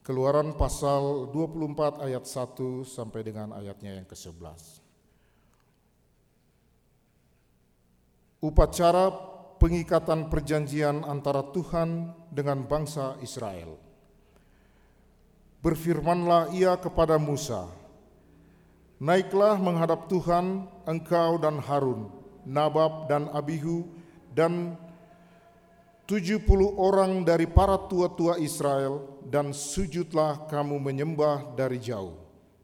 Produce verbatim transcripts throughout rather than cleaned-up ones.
Keluaran pasal dua puluh empat ayat satu sampai dengan ayatnya yang kesebelas. Upacara pengikatan perjanjian antara Tuhan dengan bangsa Israel. Berfirmanlah ia kepada Musa, "Naiklah menghadap Tuhan, engkau dan Harun, Nadab dan Abihu, dan tujuh puluh orang dari para tua-tua Israel, dan sujudlah kamu menyembah dari jauh.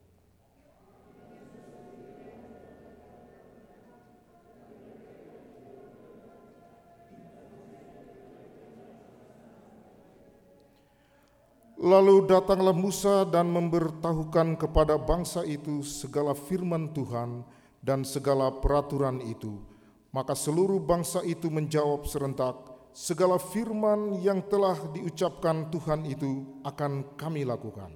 Lalu datanglah Musa dan memberitahukan kepada bangsa itu segala firman Tuhan dan segala peraturan itu. Maka seluruh bangsa itu menjawab serentak, segala firman yang telah diucapkan Tuhan itu akan kami lakukan."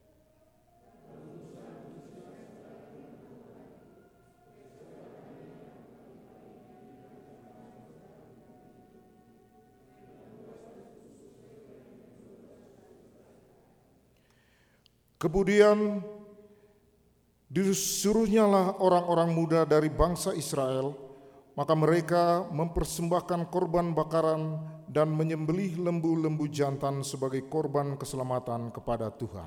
Kemudian disuruhnyalah orang-orang muda dari bangsa Israel, maka mereka mempersembahkan korban bakaran dan menyembelih lembu-lembu jantan sebagai korban keselamatan kepada Tuhan.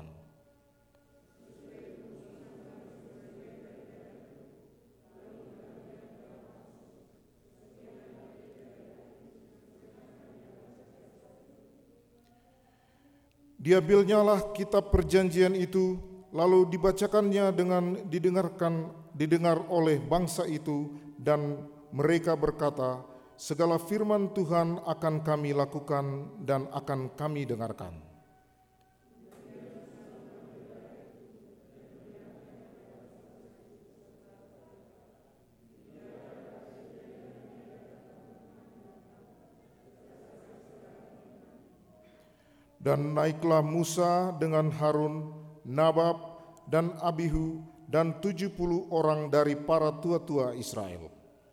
Diambilnyalah kitab perjanjian itu, lalu dibacakannya dengan didengarkan didengar oleh bangsa itu, dan mereka berkata, "Segala firman Tuhan akan kami lakukan dan akan kami dengarkan." Dan naiklah Musa dengan Harun, Nadab dan Abihu, dan tujuh puluh orang dari para tua-tua Israel.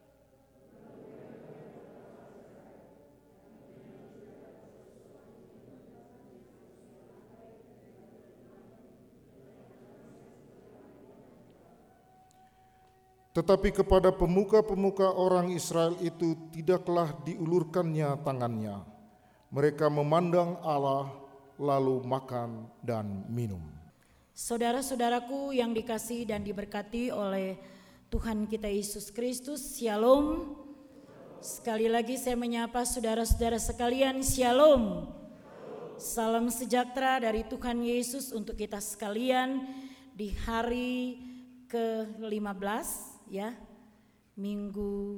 Tetapi kepada pemuka-pemuka orang Israel itu tidaklah diulurkannya tangannya. Mereka memandang Allah, lalu makan dan minum. Saudara-saudaraku yang dikasihi dan diberkati oleh Tuhan kita Yesus Kristus, Shalom. Sekali lagi saya menyapa saudara-saudara sekalian, Shalom. Salam sejahtera dari Tuhan Yesus untuk kita sekalian di hari ke lima belas ya, minggu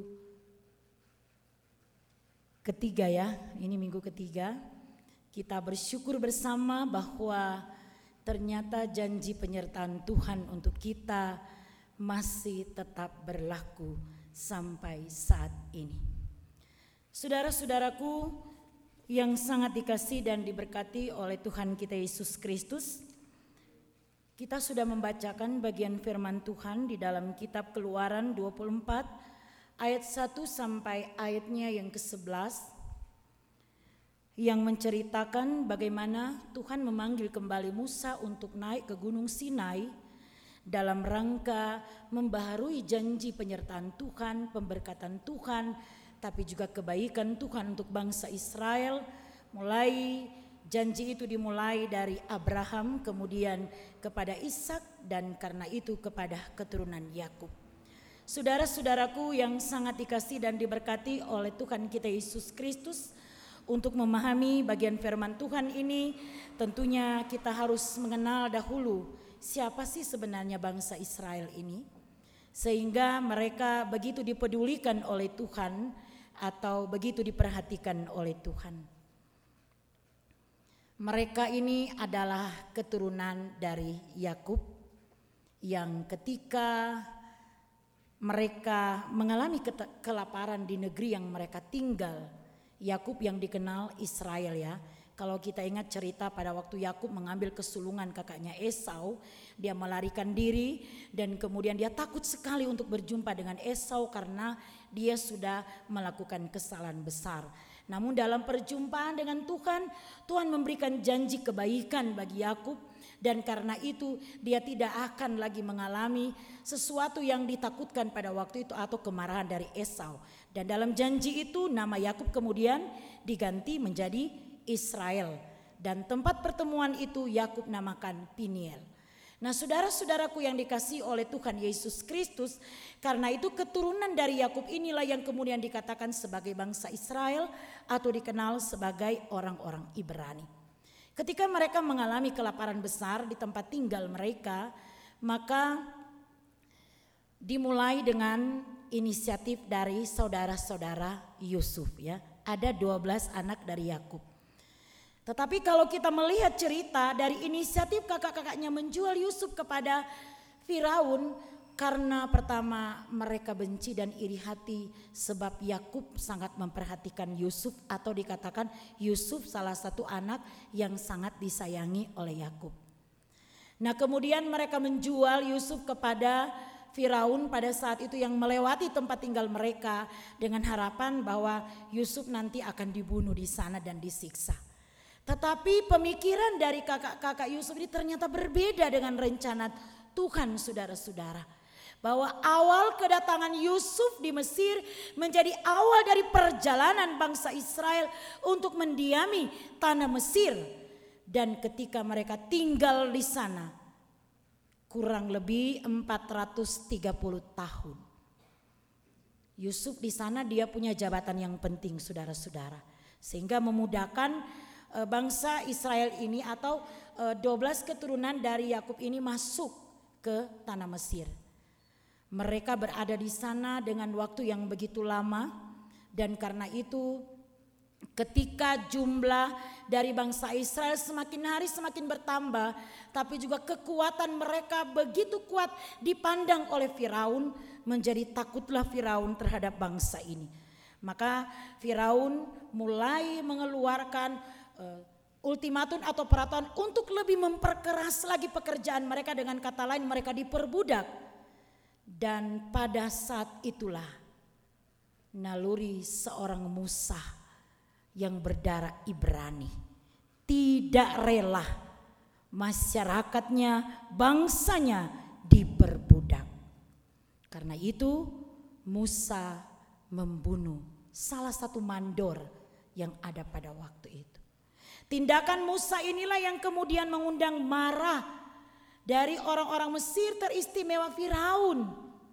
ketiga ya, ini minggu ketiga. Kita bersyukur bersama bahwa ternyata janji penyertaan Tuhan untuk kita masih tetap berlaku sampai saat ini. Saudara-saudaraku yang sangat dikasihi dan diberkati oleh Tuhan kita Yesus Kristus, kita sudah membacakan bagian firman Tuhan di dalam kitab Keluaran dua puluh empat ayat satu sampai ayatnya yang kesebelas, yang menceritakan bagaimana Tuhan memanggil kembali Musa untuk naik ke Gunung Sinai dalam rangka membaharui janji penyertaan Tuhan, pemberkatan Tuhan, tapi juga kebaikan Tuhan untuk bangsa Israel. Mulai janji itu dimulai dari Abraham, kemudian kepada Ishak, dan karena itu kepada keturunan Yakub. Saudara-saudaraku yang sangat dikasihi dan diberkati oleh Tuhan kita Yesus Kristus, untuk memahami bagian firman Tuhan ini tentunya kita harus mengenal dahulu siapa sih sebenarnya bangsa Israel ini, sehingga mereka begitu dipedulikan oleh Tuhan atau begitu diperhatikan oleh Tuhan. Mereka ini adalah keturunan dari Yakub yang ketika mereka mengalami kelaparan di negeri yang mereka tinggal, Yakub yang dikenal Israel ya. Kalau kita ingat cerita pada waktu Yakub mengambil kesulungan kakaknya Esau, dia melarikan diri dan kemudian dia takut sekali untuk berjumpa dengan Esau karena dia sudah melakukan kesalahan besar. Namun dalam perjumpaan dengan Tuhan, Tuhan memberikan janji kebaikan bagi Yakub, dan karena itu dia tidak akan lagi mengalami sesuatu yang ditakutkan pada waktu itu atau kemarahan dari Esau. Dan dalam janji itu nama Yakub kemudian diganti menjadi Israel, dan tempat pertemuan itu Yakub namakan Peniel. Nah, saudara-saudaraku yang dikasihi oleh Tuhan Yesus Kristus, karena itu keturunan dari Yakub inilah yang kemudian dikatakan sebagai bangsa Israel atau dikenal sebagai orang-orang Ibrani. Ketika mereka mengalami kelaparan besar di tempat tinggal mereka, maka dimulai dengan inisiatif dari saudara-saudara Yusuf, ya. Ada dua belas anak dari Yakub. Tetapi kalau kita melihat cerita dari inisiatif kakak-kakaknya menjual Yusuf kepada Firaun, karena pertama mereka benci dan iri hati sebab Yakub sangat memperhatikan Yusuf, atau dikatakan Yusuf salah satu anak yang sangat disayangi oleh Yakub. Nah, kemudian mereka menjual Yusuf kepada Firaun pada saat itu yang melewati tempat tinggal mereka dengan harapan bahwa Yusuf nanti akan dibunuh di sana dan disiksa. Tetapi pemikiran dari kakak-kakak Yusuf ini ternyata berbeda dengan rencana Tuhan, saudara-saudara. Bahwa awal kedatangan Yusuf di Mesir menjadi awal dari perjalanan bangsa Israel untuk mendiami tanah Mesir. Dan ketika mereka tinggal di sana kurang lebih empat ratus tiga puluh tahun. Yusuf di sana dia punya jabatan yang penting, saudara-saudara. Sehingga memudahkan bangsa Israel ini atau dua belas keturunan dari Yakub ini masuk ke tanah Mesir. Mereka berada di sana dengan waktu yang begitu lama, dan karena itu ketika jumlah dari bangsa Israel semakin hari semakin bertambah, tapi juga kekuatan mereka begitu kuat dipandang oleh Firaun, menjadi takutlah Firaun terhadap bangsa ini. Maka Firaun mulai mengeluarkan Uh, ultimatum atau peraturan untuk lebih memperkeras lagi pekerjaan mereka. Dengan kata lain mereka diperbudak. Dan pada saat itulah naluri seorang Musa yang berdarah Ibrani tidak rela masyarakatnya, bangsanya diperbudak. Karena itu Musa membunuh salah satu mandor yang ada pada waktu itu. Tindakan Musa inilah yang kemudian mengundang marah dari orang-orang Mesir, teristimewa Firaun.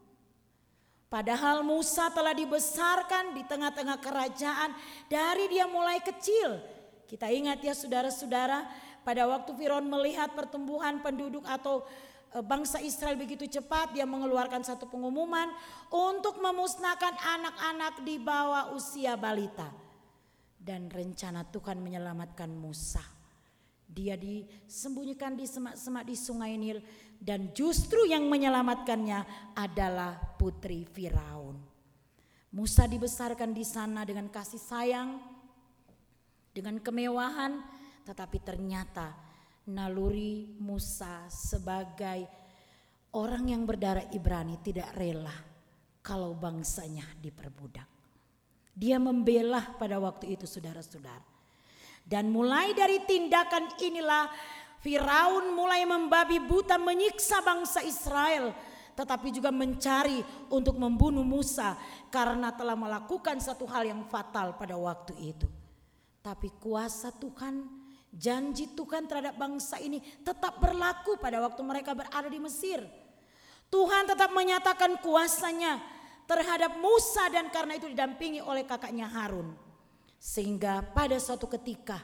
Padahal Musa telah dibesarkan di tengah-tengah kerajaan dari dia mulai kecil. Kita ingat ya saudara-saudara, pada waktu Firaun melihat pertumbuhan penduduk atau bangsa Israel begitu cepat, dia mengeluarkan satu pengumuman untuk memusnahkan anak-anak di bawah usia balita. Dan rencana Tuhan menyelamatkan Musa. Dia disembunyikan di semak-semak di sungai Nil, dan justru yang menyelamatkannya adalah putri Firaun. Musa dibesarkan di sana dengan kasih sayang, dengan kemewahan, tetapi ternyata naluri Musa sebagai orang yang berdarah Ibrani tidak rela kalau bangsanya diperbudak. Dia membela pada waktu itu, saudara-saudara. Dan mulai dari tindakan inilah Firaun mulai membabi buta menyiksa bangsa Israel, tetapi juga mencari untuk membunuh Musa karena telah melakukan satu hal yang fatal pada waktu itu. Tapi kuasa Tuhan, janji Tuhan terhadap bangsa ini tetap berlaku pada waktu mereka berada di Mesir. Tuhan tetap menyatakan kuasanya terhadap Musa, dan karena itu didampingi oleh kakaknya Harun. Sehingga pada suatu ketika,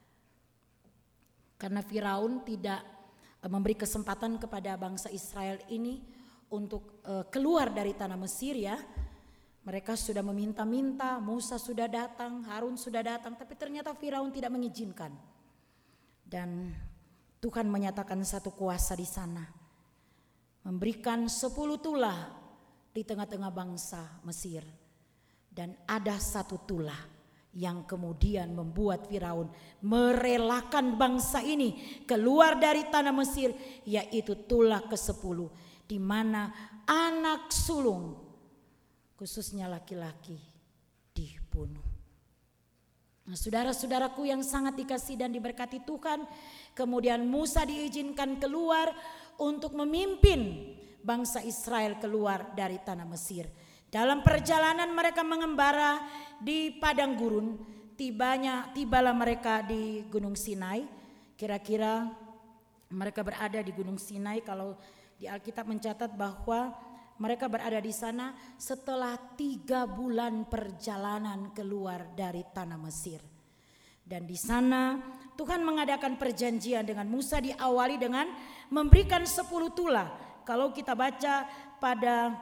karena Firaun tidak memberi kesempatan kepada bangsa Israel ini untuk keluar dari tanah Mesir, ya. Mereka sudah meminta-minta, Musa sudah datang, Harun sudah datang, tapi ternyata Firaun tidak mengizinkan. Dan Tuhan menyatakan satu kuasa di sana, memberikan sepuluh tulah di tengah-tengah bangsa Mesir. Dan ada satu tulah yang kemudian membuat Firaun merelakan bangsa ini keluar dari tanah Mesir, yaitu tulah kesepuluh, di mana anak sulung khususnya laki-laki dibunuh. Nah, saudara-saudaraku yang sangat dikasihi dan diberkati Tuhan, kemudian Musa diizinkan keluar untuk memimpin bangsa Israel keluar dari tanah Mesir. Dalam perjalanan mereka mengembara di padang gurun, tibanya tibalah mereka di Gunung Sinai. Kira-kira mereka berada di Gunung Sinai, kalau di Alkitab mencatat bahwa mereka berada di sana setelah tiga bulan perjalanan keluar dari tanah Mesir. Dan di sana Tuhan mengadakan perjanjian dengan Musa, diawali dengan memberikan sepuluh tulah. Kalau kita baca pada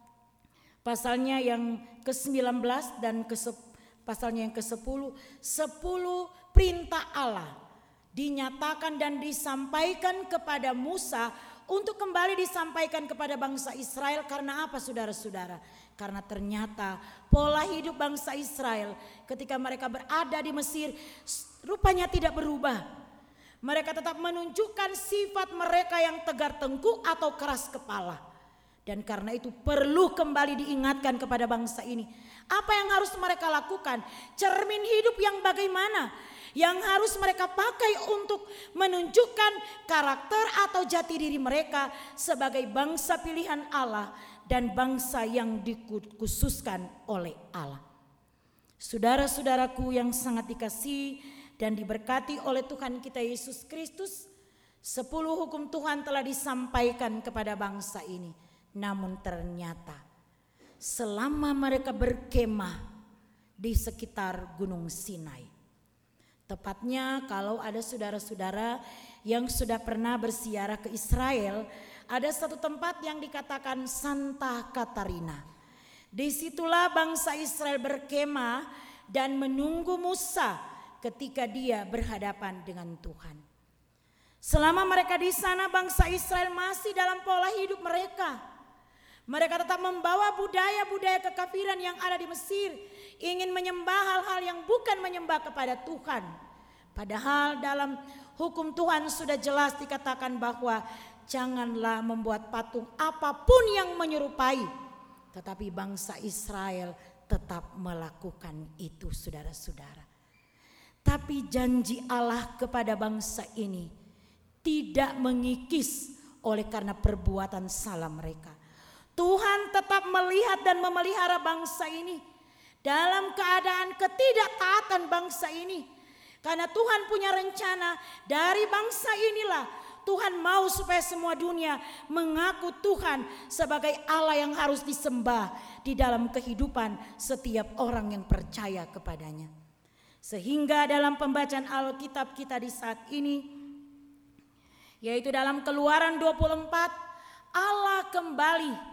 pasalnya yang ke sembilan belas dan ke pasalnya yang ke sepuluh, sepuluh perintah Allah dinyatakan dan disampaikan kepada Musa untuk kembali disampaikan kepada bangsa Israel. Karena apa, saudara-saudara? Karena ternyata pola hidup bangsa Israel ketika mereka berada di Mesir rupanya tidak berubah. Mereka tetap menunjukkan sifat mereka yang tegar tengkuk atau keras kepala. Dan karena itu perlu kembali diingatkan kepada bangsa ini, apa yang harus mereka lakukan, cermin hidup yang bagaimana yang harus mereka pakai untuk menunjukkan karakter atau jati diri mereka sebagai bangsa pilihan Allah dan bangsa yang dikhususkan oleh Allah. Saudara-saudaraku yang sangat dikasihi dan diberkati oleh Tuhan kita Yesus Kristus, sepuluh hukum Tuhan telah disampaikan kepada bangsa ini. Namun ternyata selama mereka berkemah di sekitar Gunung Sinai, tepatnya kalau ada saudara-saudara yang sudah pernah berziarah ke Israel, ada satu tempat yang dikatakan Santa Katarina. Disitulah bangsa Israel berkemah dan menunggu Musa ketika dia berhadapan dengan Tuhan. Selama mereka di sana, bangsa Israel masih dalam pola hidup mereka. Mereka tetap membawa budaya-budaya kekafiran yang ada di Mesir, ingin menyembah hal-hal yang bukan menyembah kepada Tuhan. Padahal dalam hukum Tuhan sudah jelas dikatakan bahwa janganlah membuat patung apapun yang menyerupai. Tetapi bangsa Israel tetap melakukan itu, saudara-saudara. Tapi janji Allah kepada bangsa ini tidak mengikis oleh karena perbuatan salah mereka. Tuhan tetap melihat dan memelihara bangsa ini dalam keadaan ketidaktaatan bangsa ini. Karena Tuhan punya rencana dari bangsa inilah Tuhan mau supaya semua dunia mengaku Tuhan sebagai Allah yang harus disembah di dalam kehidupan setiap orang yang percaya kepadanya. Sehingga dalam pembacaan Alkitab kita di saat ini, yaitu dalam Keluaran dua puluh empat, Allah kembali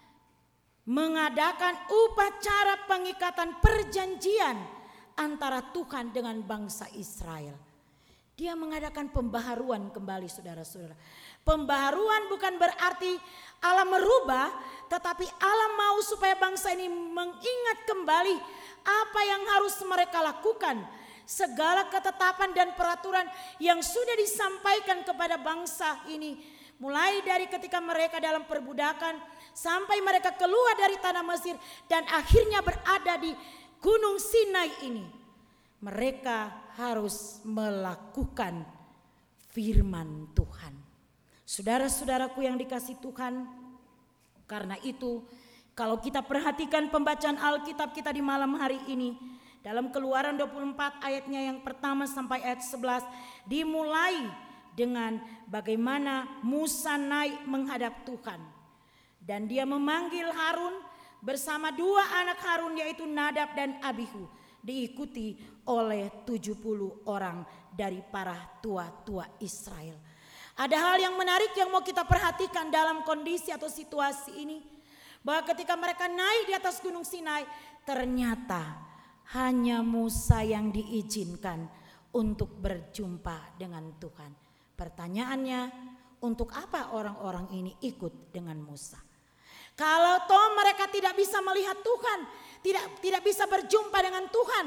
mengadakan upacara pengikatan perjanjian antara Tuhan dengan bangsa Israel. Dia mengadakan pembaharuan kembali, saudara-saudara. Pembaharuan bukan berarti Allah merubah, tetapi Allah mau supaya bangsa ini mengingat kembali apa yang harus mereka lakukan. Segala ketetapan dan peraturan yang sudah disampaikan kepada bangsa ini, mulai dari ketika mereka dalam perbudakan sampai mereka keluar dari tanah Mesir dan akhirnya berada di Gunung Sinai ini. Mereka harus melakukan firman Tuhan. Saudara-saudaraku yang dikasihi Tuhan, karena itu kalau kita perhatikan pembacaan Alkitab kita di malam hari ini, dalam Keluaran dua puluh empat ayatnya yang pertama sampai ayat sebelas, dimulai dengan bagaimana Musa naik menghadap Tuhan. Dan dia memanggil Harun bersama dua anak Harun, yaitu Nadab dan Abihu, diikuti oleh tujuh puluh orang dari para tua-tua Israel. Ada hal yang menarik yang mau kita perhatikan dalam kondisi atau situasi ini, bahwa ketika mereka naik di atas Gunung Sinai, ternyata hanya Musa yang diizinkan untuk berjumpa dengan Tuhan. Pertanyaannya, untuk apa orang-orang ini ikut dengan Musa? Kalau toh mereka tidak bisa melihat Tuhan, tidak tidak bisa berjumpa dengan Tuhan,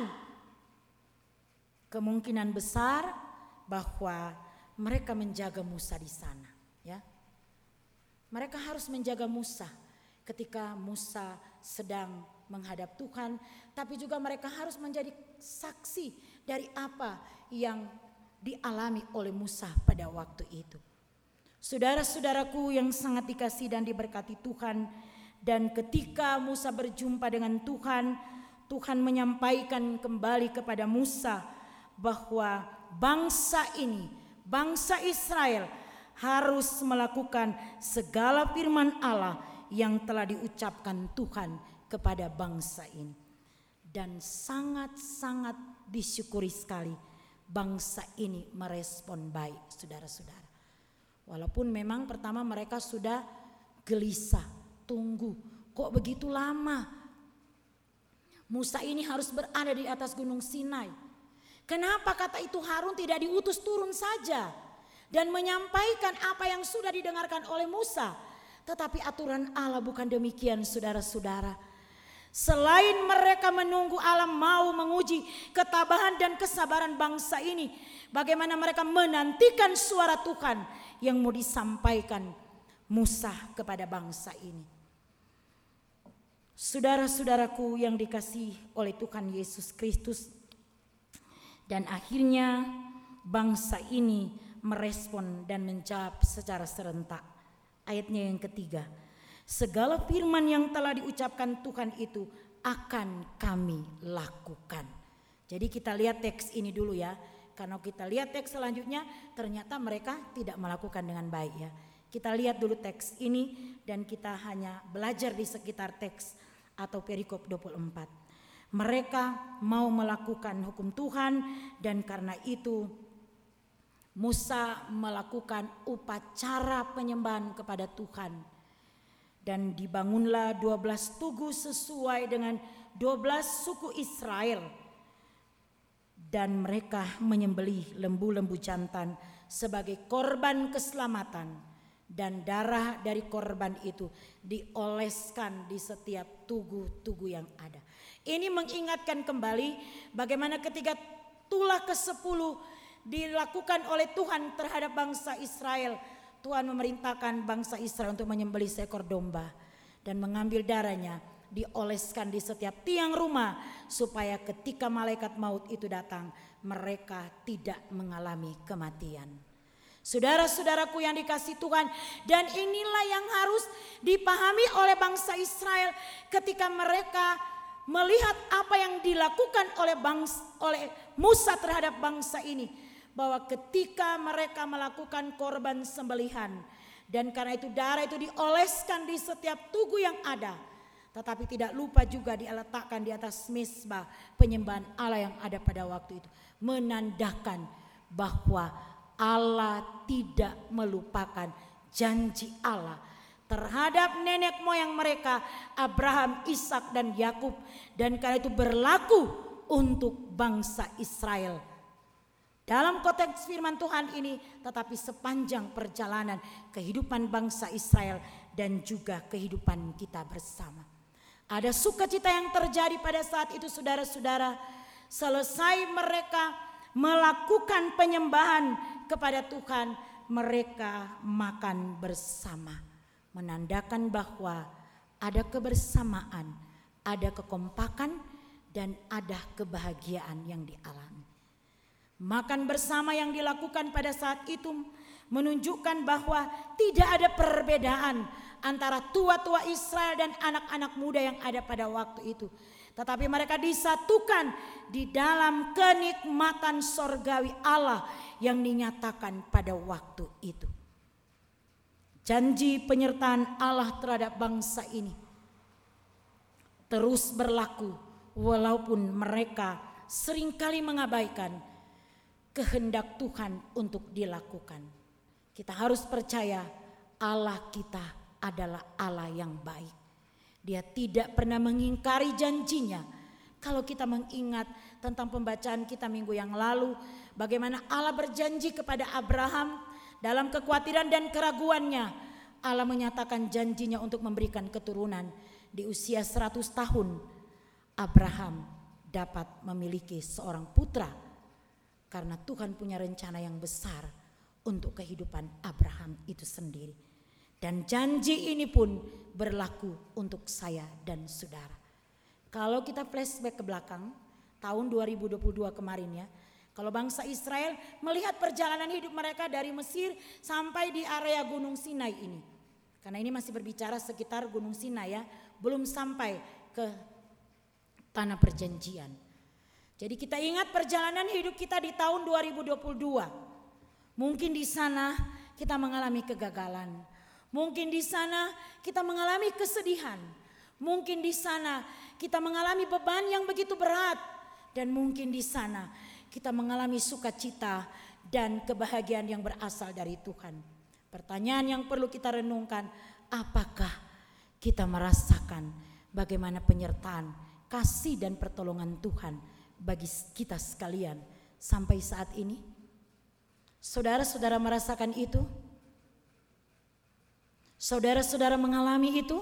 kemungkinan besar bahwa mereka menjaga Musa di sana, ya. Mereka harus menjaga Musa ketika Musa sedang menghadap Tuhan, tapi juga mereka harus menjadi saksi dari apa yang dialami oleh Musa pada waktu itu. Saudara-saudaraku yang sangat dikasihi dan diberkati Tuhan, dan ketika Musa berjumpa dengan Tuhan, Tuhan menyampaikan kembali kepada Musa bahwa bangsa ini, bangsa Israel harus melakukan segala firman Allah yang telah diucapkan Tuhan kepada bangsa ini. Dan sangat-sangat disyukuri sekali bangsa ini merespon baik, saudara-saudara. Walaupun memang pertama mereka sudah gelisah, tunggu, kok begitu lama Musa ini harus berada di atas gunung Sinai. Kenapa kata itu Harun tidak diutus turun saja dan menyampaikan apa yang sudah didengarkan oleh Musa? Tetapi aturan Allah bukan demikian, saudara-saudara. Selain mereka menunggu Allah mau menguji ketabahan dan kesabaran bangsa ini, bagaimana mereka menantikan suara Tuhan yang mau disampaikan Musa kepada bangsa ini. Saudara-saudaraku yang dikasihi oleh Tuhan Yesus Kristus, dan akhirnya bangsa ini merespon dan menjawab secara serentak. Ayatnya yang ketiga, segala firman yang telah diucapkan Tuhan itu akan kami lakukan. Jadi kita lihat teks ini dulu ya. Karena kita lihat teks selanjutnya ternyata mereka tidak melakukan dengan baik ya. Kita lihat dulu teks ini dan kita hanya belajar di sekitar teks atau perikop dua puluh empat. Mereka mau melakukan hukum Tuhan dan karena itu Musa melakukan upacara penyembahan kepada Tuhan. Dan dibangunlah dua belas tugu sesuai dengan dua belas suku Israel. Dan mereka menyembelih lembu-lembu jantan sebagai korban keselamatan. Dan darah dari korban itu dioleskan di setiap tugu-tugu yang ada. Ini mengingatkan kembali bagaimana ketika tulah kesepuluh dilakukan oleh Tuhan terhadap bangsa Israel. Tuhan memerintahkan bangsa Israel untuk menyembelih seekor domba dan mengambil darahnya, dioleskan di setiap tiang rumah supaya ketika malaikat maut itu datang mereka tidak mengalami kematian. Saudara-saudaraku yang dikasihi Tuhan, dan inilah yang harus dipahami oleh bangsa Israel ketika mereka melihat apa yang dilakukan oleh bangsa, oleh Musa terhadap bangsa ini, bahwa ketika mereka melakukan korban sembelihan dan karena itu darah itu dioleskan di setiap tugu yang ada, tetapi tidak lupa juga diletakkan di atas mezbah penyembahan Allah yang ada pada waktu itu, menandakan bahwa Allah tidak melupakan janji Allah terhadap nenek moyang mereka Abraham, Ishak dan Yakub, dan karena itu berlaku untuk bangsa Israel. Dalam konteks firman Tuhan ini, tetapi sepanjang perjalanan kehidupan bangsa Israel dan juga kehidupan kita bersama. Ada sukacita yang terjadi pada saat itu, saudara-saudara. Selesai mereka melakukan penyembahan kepada Tuhan, mereka makan bersama, menandakan bahwa ada kebersamaan, ada kekompakan, dan ada kebahagiaan yang dialami. Makan bersama yang dilakukan pada saat itu menunjukkan bahwa tidak ada perbedaan antara tua-tua Israel dan anak-anak muda yang ada pada waktu itu. Tetapi mereka disatukan di dalam kenikmatan sorgawi Allah yang dinyatakan pada waktu itu. Janji penyertaan Allah terhadap bangsa ini terus berlaku walaupun mereka seringkali mengabaikan kehendak Tuhan untuk dilakukan. Kita harus percaya Allah kita adalah Allah yang baik. Dia tidak pernah mengingkari janjinya. Kalau kita mengingat tentang pembacaan kita minggu yang lalu, bagaimana Allah berjanji kepada Abraham dalam kekhawatiran dan keraguannya. Allah menyatakan janjinya untuk memberikan keturunan. Di usia seratus tahun Abraham dapat memiliki seorang putra. Karena Tuhan punya rencana yang besar untuk kehidupan Abraham itu sendiri. Dan janji ini pun berlaku untuk saya dan saudara. Kalau kita flashback ke belakang, tahun dua ribu dua puluh dua kemarin ya. Kalau bangsa Israel melihat perjalanan hidup mereka dari Mesir sampai di area Gunung Sinai ini. Karena ini masih berbicara sekitar Gunung Sinai ya, belum sampai ke tanah perjanjian. Jadi kita ingat perjalanan hidup kita di tahun dua ribu dua puluh dua. Mungkin di sana kita mengalami kegagalan. Mungkin di sana kita mengalami kesedihan. Mungkin di sana kita mengalami beban yang begitu berat. Dan mungkin di sana kita mengalami sukacita dan kebahagiaan yang berasal dari Tuhan. Pertanyaan yang perlu kita renungkan, apakah kita merasakan bagaimana penyertaan, kasih dan pertolongan Tuhan bagi kita sekalian sampai saat ini? Saudara-saudara merasakan itu? Saudara-saudara mengalami itu?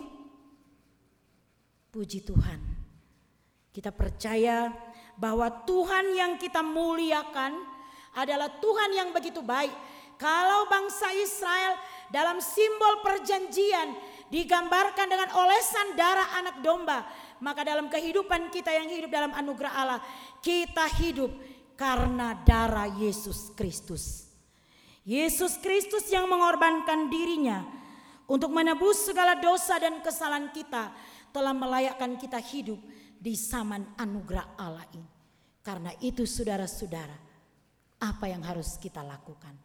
Puji Tuhan. Kita percaya bahwa Tuhan yang kita muliakan adalah Tuhan yang begitu baik. Kalau bangsa Israel dalam simbol perjanjian digambarkan dengan olesan darah anak domba, maka dalam kehidupan kita yang hidup dalam anugerah Allah, kita hidup karena darah Yesus Kristus. Yesus Kristus yang mengorbankan dirinya untuk menebus segala dosa dan kesalahan kita, telah melayakkan kita hidup di zaman anugerah Allah ini. Karena itu saudara-saudara, apa yang harus kita lakukan?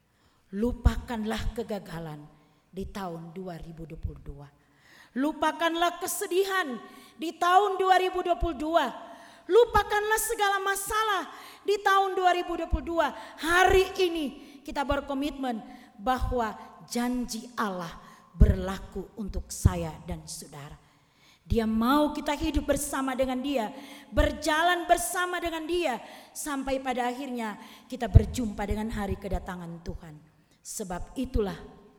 Lupakanlah kegagalan di tahun dua ribu dua puluh dua. Lupakanlah kesedihan di tahun dua ribu dua puluh dua. Lupakanlah segala masalah di tahun dua ribu dua puluh dua. Hari ini kita berkomitmen bahwa janji Allah berlaku untuk saya dan saudara. Dia mau kita hidup bersama dengan dia, berjalan bersama dengan dia, sampai pada akhirnya kita berjumpa dengan hari kedatangan Tuhan. Sebab itulah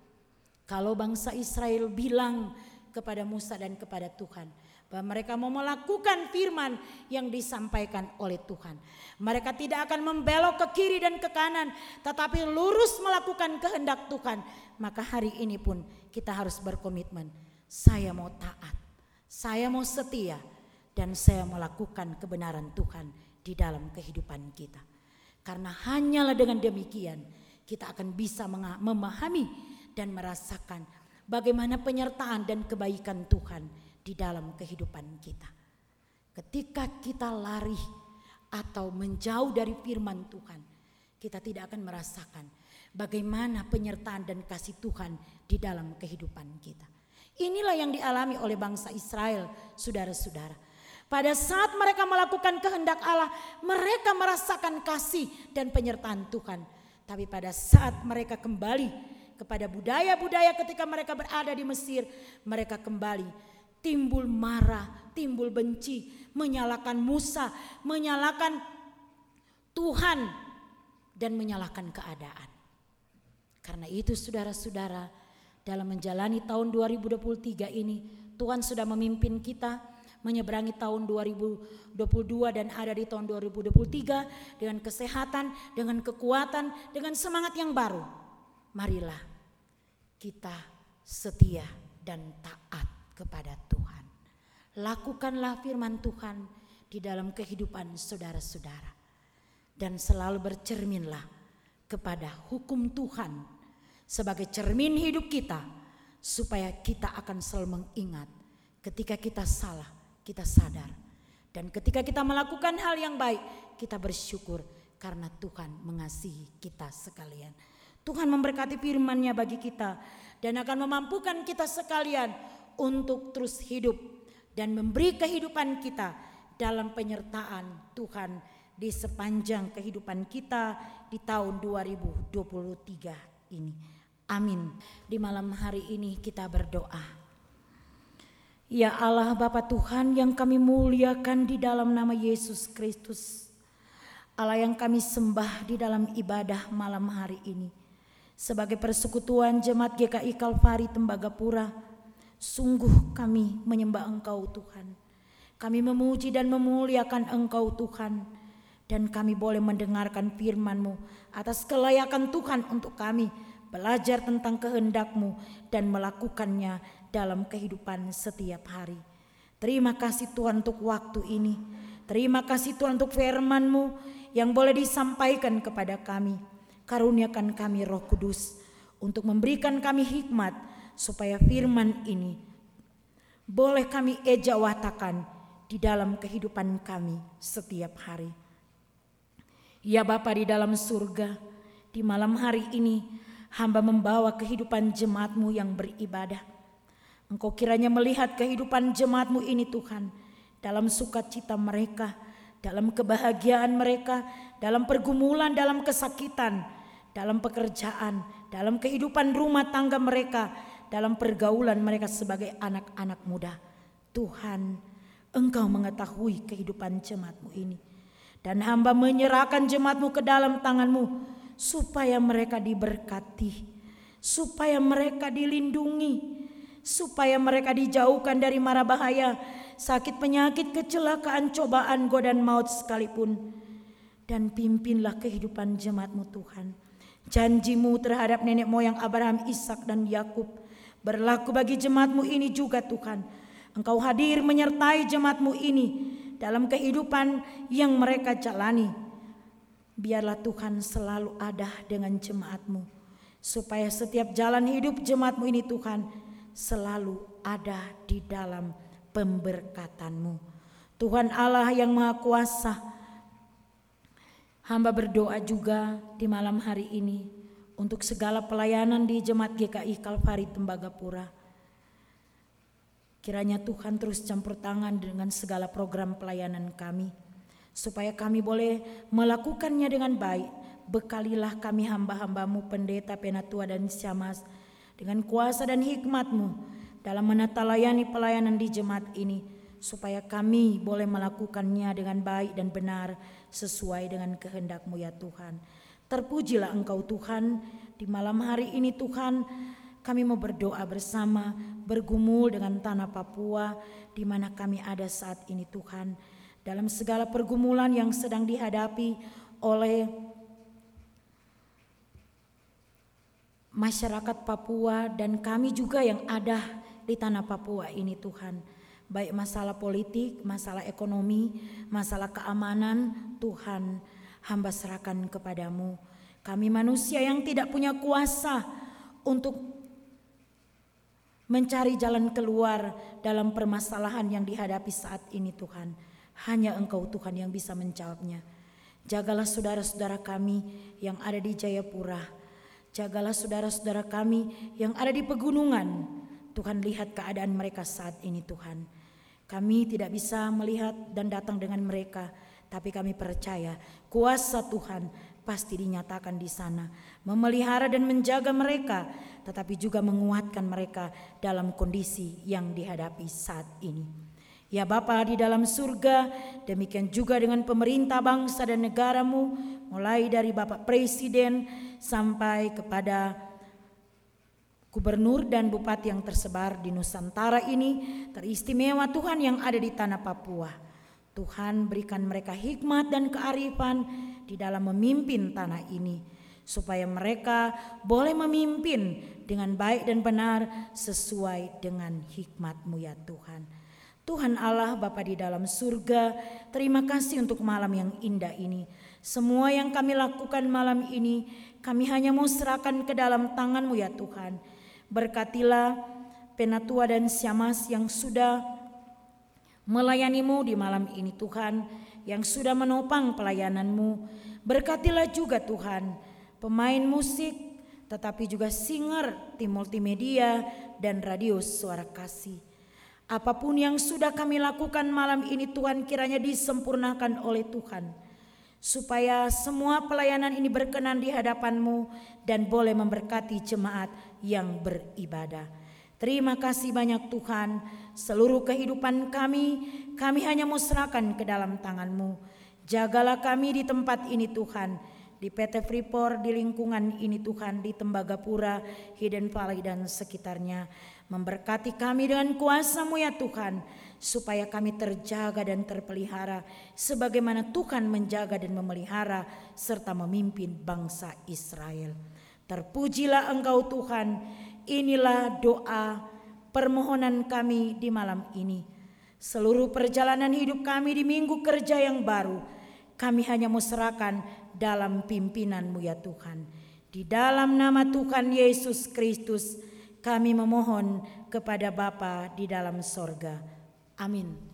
kalau bangsa Israel bilang kepada Musa dan kepada Tuhan bahwa mereka mau melakukan firman yang disampaikan oleh Tuhan. Mereka tidak akan membelok ke kiri dan ke kanan, tetapi lurus melakukan kehendak Tuhan. Maka hari ini pun kita harus berkomitmen, saya mau taat, saya mau setia, dan saya melakukan kebenaran Tuhan di dalam kehidupan kita. Karena hanyalah dengan demikian kita akan bisa memahami dan merasakan bagaimana penyertaan dan kebaikan Tuhan di dalam kehidupan kita. Ketika kita lari atau menjauh dari firman Tuhan, kita tidak akan merasakan bagaimana penyertaan dan kasih Tuhan di dalam kehidupan kita. Inilah yang dialami oleh bangsa Israel, saudara-saudara. Pada saat mereka melakukan kehendak Allah, mereka merasakan kasih dan penyertaan Tuhan. Tapi pada saat mereka kembali kepada budaya-budaya ketika mereka berada di Mesir, mereka kembali timbul marah, timbul benci, menyalahkan Musa, menyalahkan Tuhan, dan menyalahkan keadaan. Karena itu saudara-saudara, dalam menjalani tahun dua ribu dua puluh tiga ini, Tuhan sudah memimpin kita menyeberangi tahun dua ribu dua puluh dua dan ada di tahun dua ribu dua puluh tiga dengan kesehatan, dengan kekuatan, dengan semangat yang baru. Marilah kita setia dan taat kepada Tuhan. Lakukanlah firman Tuhan di dalam kehidupan saudara-saudara. Dan selalu bercerminlah kepada hukum Tuhan sebagai cermin hidup kita, supaya kita akan selalu mengingat ketika kita salah, kita sadar. Dan ketika kita melakukan hal yang baik, kita bersyukur karena Tuhan mengasihi kita sekalian. Tuhan memberkati firman-Nya bagi kita dan akan memampukan kita sekalian untuk terus hidup dan memberi kehidupan kita dalam penyertaan Tuhan di sepanjang kehidupan kita di tahun dua ribu dua puluh tiga ini. Amin. Di malam hari ini kita berdoa. Ya Allah Bapa Tuhan yang kami muliakan di dalam nama Yesus Kristus, Allah yang kami sembah di dalam ibadah malam hari ini. Sebagai persekutuan Jemaat G K I Kalvari Tembagapura, sungguh kami menyembah Engkau Tuhan. Kami memuji dan memuliakan Engkau Tuhan. Dan kami boleh mendengarkan firman-Mu atas kelayakan Tuhan untuk kami belajar tentang kehendak-Mu dan melakukannya dalam kehidupan setiap hari. Terima kasih Tuhan untuk waktu ini. Terima kasih Tuhan untuk firman-Mu yang boleh disampaikan kepada kami. Karuniakan kami Roh Kudus untuk memberikan kami hikmat supaya firman ini boleh kami ejawatakan di dalam kehidupan kami setiap hari. Ya Bapa di dalam surga, di malam hari ini hamba membawa kehidupan jemaat-Mu yang beribadah. Engkau kiranya melihat kehidupan jemaat-Mu ini Tuhan, dalam sukacita mereka, dalam kebahagiaan mereka, dalam pergumulan, dalam kesakitan, dalam pekerjaan, dalam kehidupan rumah tangga mereka, dalam pergaulan mereka sebagai anak-anak muda. Tuhan, Engkau mengetahui kehidupan jemaat-Mu ini. Dan hamba menyerahkan jemaat-Mu ke dalam tangan-Mu, supaya mereka diberkati, supaya mereka dilindungi, supaya mereka dijauhkan dari mara bahaya, sakit penyakit, kecelakaan, cobaan, godaan maut sekalipun. Dan pimpinlah kehidupan jemaat-Mu Tuhan. Janji-Mu terhadap nenek moyang Abraham, Ishak dan Yakub berlaku bagi jemaat-Mu ini juga Tuhan. Engkau hadir menyertai jemaat-Mu ini dalam kehidupan yang mereka jalani. Biarlah Tuhan selalu ada dengan jemaat-Mu, supaya setiap jalan hidup jemaat-Mu ini Tuhan selalu ada di dalam pemberkatan-Mu. Tuhan Allah yang Maha Kuasa, hamba berdoa juga di malam hari ini untuk segala pelayanan di Jemaat G K I Kalvari Tembagapura. Kiranya Tuhan terus campur tangan dengan segala program pelayanan kami, supaya kami boleh melakukannya dengan baik. Bekalilah kami hamba-hamba-Mu, pendeta, penatua dan syamaz, dengan kuasa dan hikmat-Mu dalam menata layani pelayanan di jemaat ini, supaya kami boleh melakukannya dengan baik dan benar sesuai dengan kehendak-Mu ya Tuhan. Terpujilah Engkau Tuhan di malam hari ini Tuhan. Kami mau berdoa bersama, bergumul dengan tanah Papua di mana kami ada saat ini Tuhan. Dalam segala pergumulan yang sedang dihadapi oleh masyarakat Papua dan kami juga yang ada di tanah Papua ini Tuhan. Baik masalah politik, masalah ekonomi, masalah keamanan, Tuhan hamba serahkan kepadamu. Kami manusia yang tidak punya kuasa untuk mencari jalan keluar dalam permasalahan yang dihadapi saat ini Tuhan. Hanya Engkau Tuhan yang bisa menjawabnya. Jagalah saudara-saudara kami yang ada di Jayapura. Jagalah saudara-saudara kami yang ada di pegunungan. Tuhan, lihat keadaan mereka saat ini Tuhan. Kami tidak bisa melihat dan datang dengan mereka, tapi kami percaya kuasa Tuhan pasti dinyatakan di sana, memelihara dan menjaga mereka, tetapi juga menguatkan mereka dalam kondisi yang dihadapi saat ini. Ya Bapa di dalam surga, demikian juga dengan pemerintah bangsa dan negara-Mu, mulai dari Bapak Presiden sampai kepada gubernur dan bupati yang tersebar di Nusantara ini, teristimewa Tuhan yang ada di tanah Papua. Tuhan, berikan mereka hikmat dan kearifan di dalam memimpin tanah ini, supaya mereka boleh memimpin dengan baik dan benar sesuai dengan hikmat-Mu ya Tuhan. Tuhan Allah Bapa di dalam surga, terima kasih untuk malam yang indah ini. Semua yang kami lakukan malam ini, kami hanya mau serahkan ke dalam tangan-Mu ya Tuhan. Berkatilah penatua dan syamaz yang sudah melayani-Mu di malam ini Tuhan, yang sudah menopang pelayanan-Mu. Berkatilah juga Tuhan pemain musik, tetapi juga singer, tim multimedia dan radio suara kasih. Apapun yang sudah kami lakukan malam ini Tuhan, kiranya disempurnakan oleh Tuhan, supaya semua pelayanan ini berkenan di hadapan-Mu dan boleh memberkati jemaat yang beribadah. Terima kasih banyak Tuhan. Seluruh kehidupan kami, kami hanya mau serahkan ke dalam tangan-Mu. Jagalah kami di tempat ini Tuhan, di P T Freeport, di lingkungan ini Tuhan, di Tembagapura, Hidden Valley dan sekitarnya. Memberkati kami dengan kuasa-Mu ya Tuhan, supaya kami terjaga dan terpelihara sebagaimana Tuhan menjaga dan memelihara serta memimpin bangsa Israel. Terpujilah Engkau Tuhan. Inilah doa permohonan kami di malam ini. Seluruh perjalanan hidup kami di minggu kerja yang baru, kami hanya mau serahkan dalam pimpinan-Mu ya Tuhan. Di dalam nama Tuhan Yesus Kristus kami memohon kepada Bapa di dalam sorga. Amin.